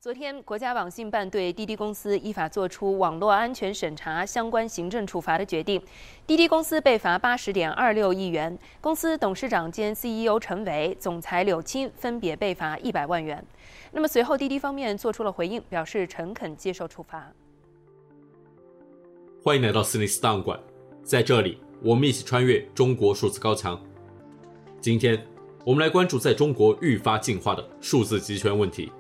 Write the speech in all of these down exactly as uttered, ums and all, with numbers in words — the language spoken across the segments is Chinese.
昨天，国家网信办对滴滴公司依法作出网络安全审查相关行政处罚的决定，滴滴公司被罚八十点二六亿元，公司董事长兼 C E O 陈伟、总裁柳青分别被罚一百万元。那么随后，滴滴方面做出了回应，表示诚恳接受处罚。 欢迎来到斯内斯档案馆，在这里，我们一起穿越中国数字高墙。今天，我们来关注在中国愈发进化的数字集权问题。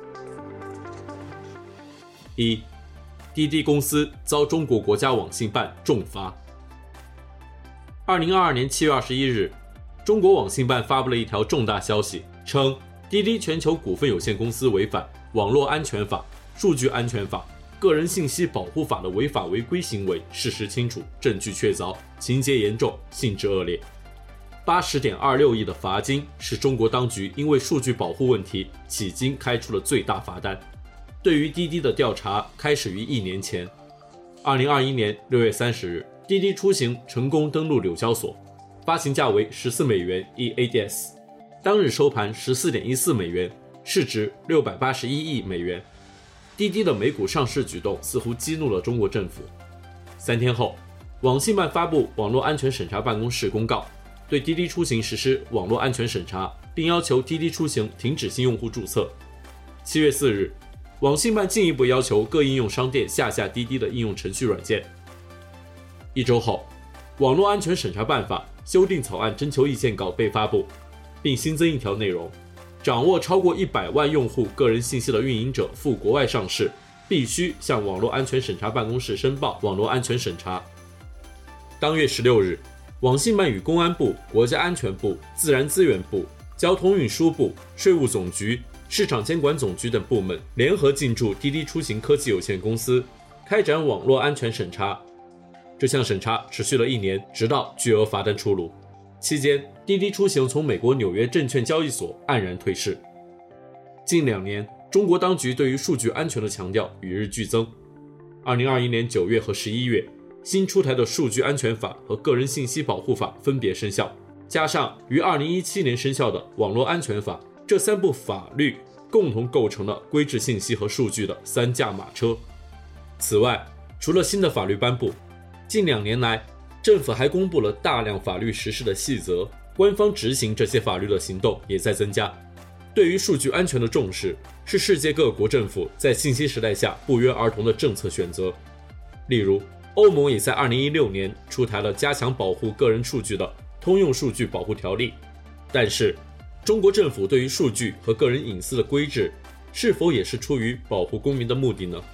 一，滴滴公司遭中国国家网信办重罚。二零二二年七月二十一日，中国网信办发布了一条重大消息，称滴滴全球股份有限公司违反网络安全法、数据安全法、个人信息保护法的违法违规行为事实清楚，证据确凿，情节严重，性质恶劣。八十点二六亿的罚金是中国当局因为数据保护问题迄今开出的最大罚单。对于滴滴的调查开始于一年前，二零二一年六月三十日，滴滴出行成功登陆纽交所，发行价为十四美元一 A D S， 当日收盘 十四点一四美元，市值六百八十一亿美元。滴滴的美股上市举动似乎激怒了中国政府。三天后，网信办发布网络安全审查办公室公告，对滴滴出行实施网络安全审查，并要求滴滴出行停止新用户注册。七月四日，网信办进一步要求各应用商店下架滴滴的应用程序软件。一周后，网络安全审查办法修订草案征求意见稿被发布，并新增一条内容：掌握超过一百万用户个人信息的运营者赴国外上市，必须向网络安全审查办公室申报网络安全审查。当月十六日，网信办与公安部、国家安全部、自然资源部、交通运输部、税务总局、市场监管总局等部门联合进驻滴滴出行科技有限公司，开展网络安全审查。这项审查持续了一年，直到巨额罚单出炉。期间，滴滴出行从美国纽约证券交易所黯然退市。近两年，中国当局对于数据安全的强调与日俱增。二零二一年九月和十一月，新出台的数据安全法和个人信息保护法分别生效，加上于二零一七年生效的网络安全法，这三部法律共同构成了规制信息和数据的三驾马车。此外，除了新的法律颁布，近两年来，政府还公布了大量法律实施的细则，官方执行这些法律的行动也在增加。对于数据安全的重视，是世界各国政府在信息时代下不约而同的政策选择。例如，欧盟也在二零一六年出台了加强保护个人数据的通用数据保护条例。但是，中国政府对于数据和个人隐私的规制，是否也是出于保护公民的目的呢？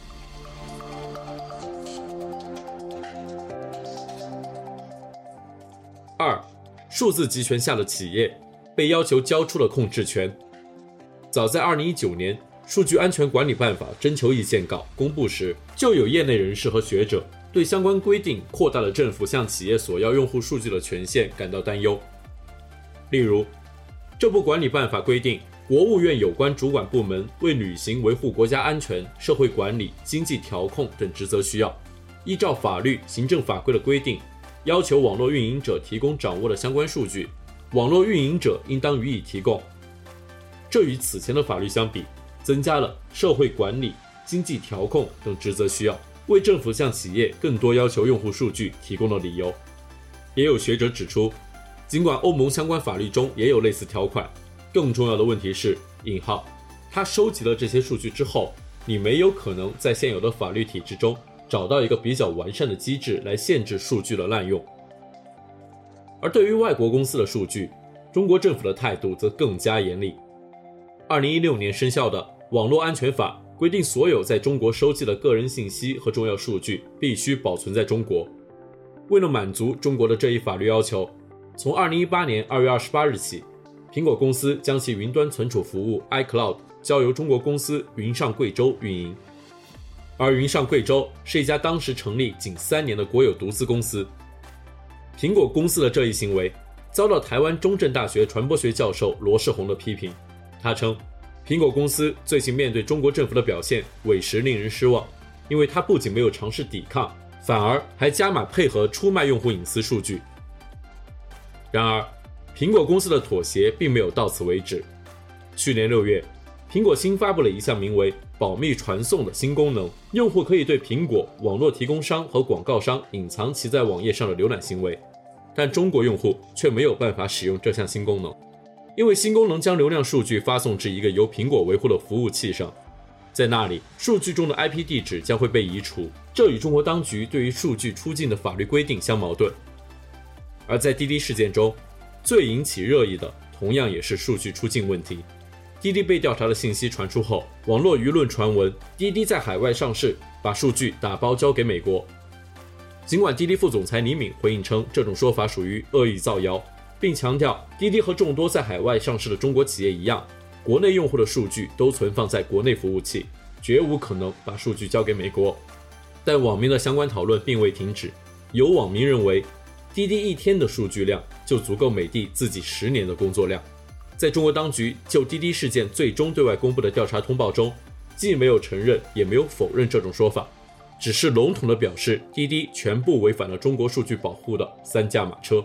二，数字集权下的企业被要求交出了控制权。早在二零一九年，数据安全管理办法征求意见稿公布时，就有业内人士和学者对相关规定扩大了政府向企业索要用户数据的权限感到担忧。例如，这部管理办法规定，国务院有关主管部门为履行维护国家安全、社会管理、经济调控等职责需要，依照法律、行政法规的规定，要求网络运营者提供掌握的相关数据，网络运营者应当予以提供。这与此前的法律相比，增加了社会管理、经济调控等职责需要，为政府向企业更多要求用户数据提供了理由。也有学者指出，尽管欧盟相关法律中也有类似条款，更重要的问题是引号它收集了这些数据之后，你没有可能在现有的法律体制中找到一个比较完善的机制来限制数据的滥用。而对于外国公司的数据，中国政府的态度则更加严厉。二零一六年生效的网络安全法规定，所有在中国收集的个人信息和重要数据必须保存在中国。为了满足中国的这一法律要求，从二零一八年二月二十八日起，苹果公司将其云端存储服务 iCloud 交由中国公司云上贵州运营。而云上贵州是一家当时成立仅三年的国有独资公司。苹果公司的这一行为遭到台湾中正大学传播学教授罗世宏的批评。他称，苹果公司最近面对中国政府的表现委实令人失望，因为他不仅没有尝试抵抗，反而还加码配合出卖用户隐私数据。然而，苹果公司的妥协并没有到此为止。去年六月， 苹果新发布了一项名为保密传送的新功能，用户可以对苹果、网络提供商和广告商隐藏其在网页上的浏览行为，但中国用户却没有办法使用这项新功能，因为新功能将流量数据发送至一个由苹果维护的服务器上，在那里数据中的 I P 地址将会被移除，这与中国当局对于数据出境的法律规定相矛盾。而在滴滴事件中，最引起热议的同样也是数据出境问题。滴滴被调查的信息传出后，网络舆论传闻滴滴在海外上市，把数据打包交给美国。尽管滴滴副总裁李敏回应称这种说法属于恶意造谣，并强调滴滴和众多在海外上市的中国企业一样，国内用户的数据都存放在国内服务器，绝无可能把数据交给美国。但网民的相关讨论并未停止，有网民认为滴滴一天的数据量就足够美的自己十年的工作量。在中国当局就滴滴事件最终对外公布的调查通报中，既没有承认也没有否认这种说法，只是笼统地表示滴滴全部违反了中国数据保护的三驾马车。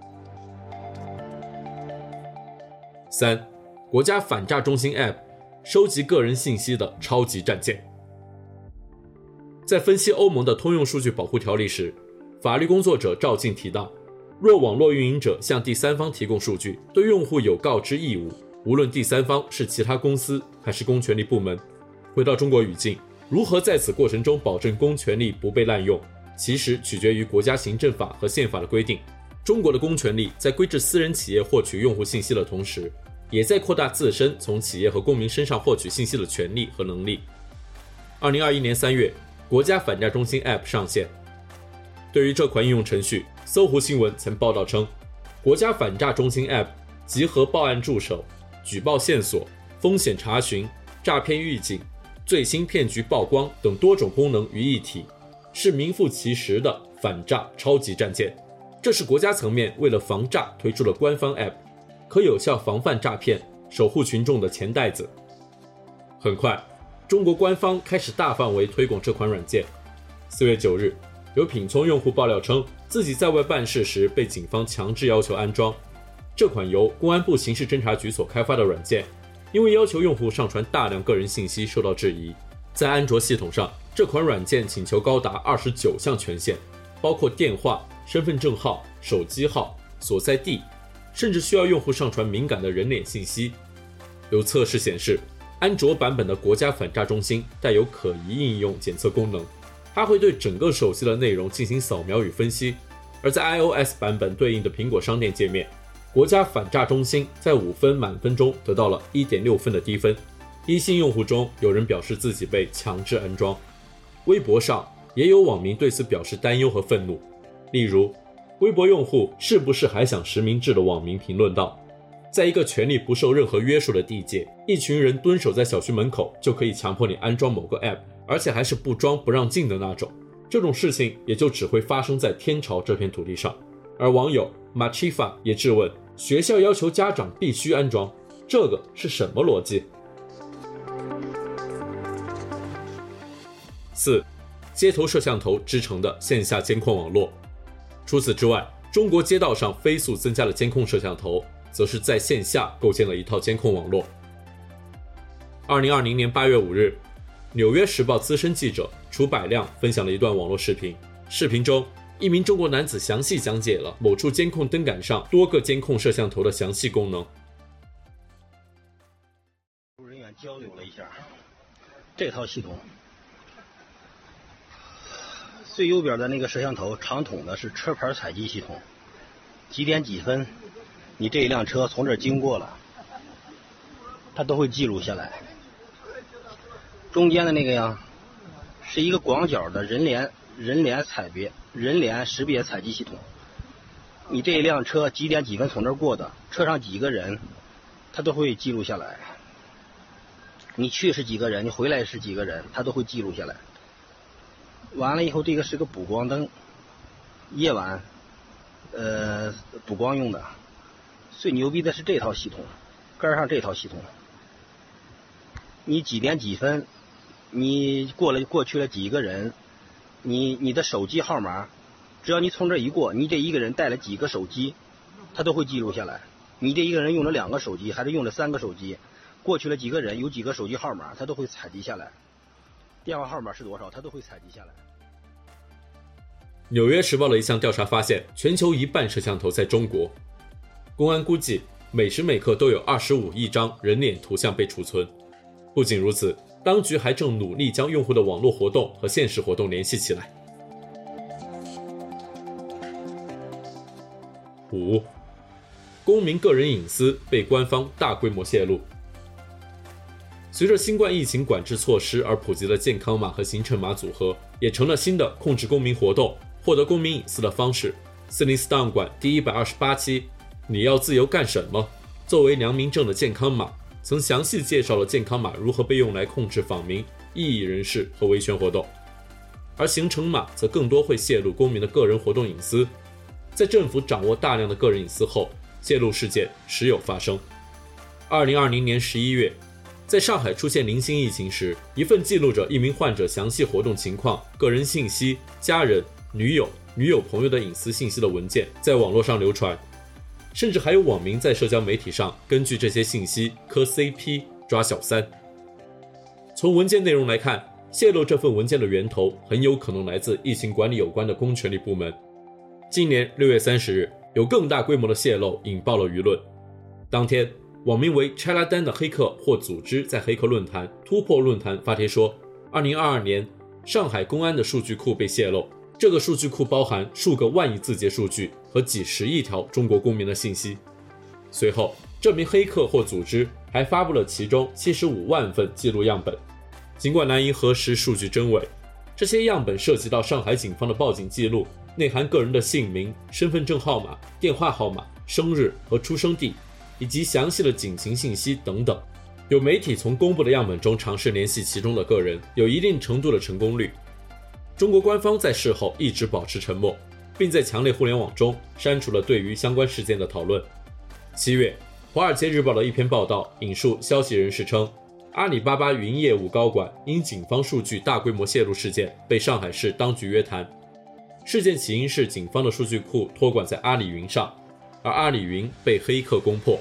三、国家反诈中心 App 收集个人信息的超级战舰。在分析欧盟的通用数据保护条例时，法律工作者赵静提到，若网络运营者向第三方提供数据，对用户有告知义务，无论第三方是其他公司还是公权力部门。回到中国语境，如何在此过程中保证公权力不被滥用，其实取决于国家行政法和宪法的规定。中国的公权力在规制私人企业获取用户信息的同时，也在扩大自身从企业和公民身上获取信息的权利和能力。二零二一年三月，国家反诈中心 App 上线。对于这款应用程序，搜狐新闻曾报道称，国家反诈中心 App 集合报案助手、举报线索、风险查询、诈骗预警、最新骗局曝光等多种功能于一体，是名副其实的反诈超级战舰。这是国家层面为了防诈推出的官方 App， 可有效防范诈骗，守护群众的钱袋子。很快，中国官方开始大范围推广这款软件。四月九日，有品聪用户爆料称，自己在外办事时被警方强制要求安装。这款由公安部刑事侦查局所开发的软件，因为要求用户上传大量个人信息受到质疑。在安卓系统上，这款软件请求高达二十九项权限，包括电话、身份证号、手机号、所在地，甚至需要用户上传敏感的人脸信息。有测试显示，安卓版本的国家反诈中心带有可疑应用检测功能，它会对整个手机的内容进行扫描与分析。而在 iOS 版本对应的苹果商店界面，国家反诈中心在五分满分中得到了 一点六 分的低分。一星用户中有人表示自己被强制安装。微博上也有网民对此表示担忧和愤怒。例如，微博用户是不是还想实名制的网民评论道，在一个权力不受任何约束的地界，一群人蹲守在小区门口就可以强迫你安装某个 app， 而且还是不装不让进的那种。这种事情也就只会发生在天朝这片土地上。而网友 Machifa 也质问，学校要求家长必须安装，这个是什么逻辑？四、街头摄像头织成的线下监控网络。除此之外，中国街道上飞速增加了监控摄像头，则是在线下构建了一套监控网络。二零二零年八月五日，纽约时报资深记者楚百亮分享了一段网络视频。视频中，一名中国男子详细讲解了某处监控灯杆上多个监控摄像头的详细功能。 人员交流了一下这套系统，最右边的那个摄像头长筒的是车牌采集系统，几点几分你这一辆车从这儿经过了，它都会记录下来。中间的那个呀，是一个广角的人脸人脸采别人脸识别采集系统，你这一辆车几点几分从这儿过的，车上几个人它都会记录下来，你去是几个人，你回来是几个人，它都会记录下来。完了以后，这个是个补光灯，夜晚呃补光用的。最牛逼的是这套系统，跟上这套系统，你几点几分你过了过去了几个人，你你的手机号码，只要你从这一过，你这一个人带了几个手机，它都会记录下来。你这一个人用了两个手机还是用了三个手机， 过去了几个人，有几个手机号码，它都会采集下来，电话号码是多少，它都会采集下来。 纽约时报的一项调查发现，全球一半摄像头在中国。公安估计，每时每刻都有二十五亿张人脸图像被储存。不仅如此，当局还正努力将用户的网络活动和现实活动联系起来。五，公民个人隐私被官方大规模泄露。随着新冠疫情管制措施而普及的健康码和行程码组合，也成了新的控制公民活动、获得公民隐私的方式。斯林斯档案馆第一百二十八期你要自由干什么？作为良民证的健康码，曾详细介绍了健康码如何被用来控制访民、异议人士和维权活动。而行程码则更多会泄露公民的个人活动隐私。在政府掌握大量的个人隐私后，泄露事件时有发生。二零二零年十一月，在上海出现零星疫情时，一份记录着一名患者详细活动情况、个人信息、家人、女友、女友朋友的隐私信息的文件在网络上流传。甚至还有网民在社交媒体上根据这些信息磕 C P 抓小三。从文件内容来看，泄露这份文件的源头很有可能来自疫情管理有关的公权力部门。今年六月三十日，有更大规模的泄露引爆了舆论。当天，网名为 Chaladan 的黑客或组织在黑客论坛突破论坛发帖说，二零二二年上海公安的数据库被泄露，这个数据库包含数个万亿字节数据和几十亿条中国公民的信息。随后，这名黑客或组织还发布了其中七十五万份记录样本。尽管难以核实数据真伪，这些样本涉及到上海警方的报警记录，内含个人的姓名、身份证号码、电话号码、生日和出生地，以及详细的警情信息等等。有媒体从公布的样本中尝试联系其中的个人，有一定程度的成功率。中国官方在事后一直保持沉默，并在强烈互联网中删除了对于相关事件的讨论。七月，《华尔街日报》的一篇报道引述消息人士称，阿里巴巴云业务高管因警方数据大规模泄露事件被上海市当局约谈。事件起因是警方的数据库托管在阿里云上，而阿里云被黑客攻破。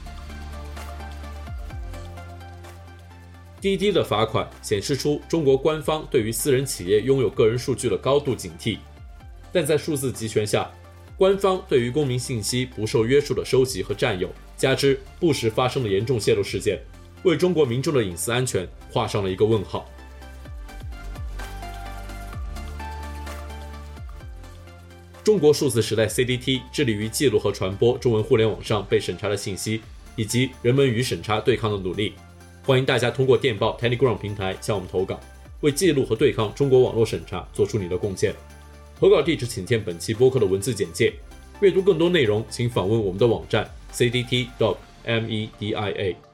滴滴的罚款显示出中国官方对于私人企业拥有个人数据的高度警惕，但在数字集权下，官方对于公民信息不受约束的收集和占有，加之不时发生的严重泄露事件，为中国民众的隐私安全画上了一个问号。中国数字时代 C D T 致力于记录和传播中文互联网上被审查的信息，以及人们与审查对抗的努力。欢迎大家通过电报 Telegram 平台向我们投稿，为记录和对抗中国网络审查做出你的贡献。投稿地址请见本期播客的文字简介。阅读更多内容，请访问我们的网站 c d t dot media。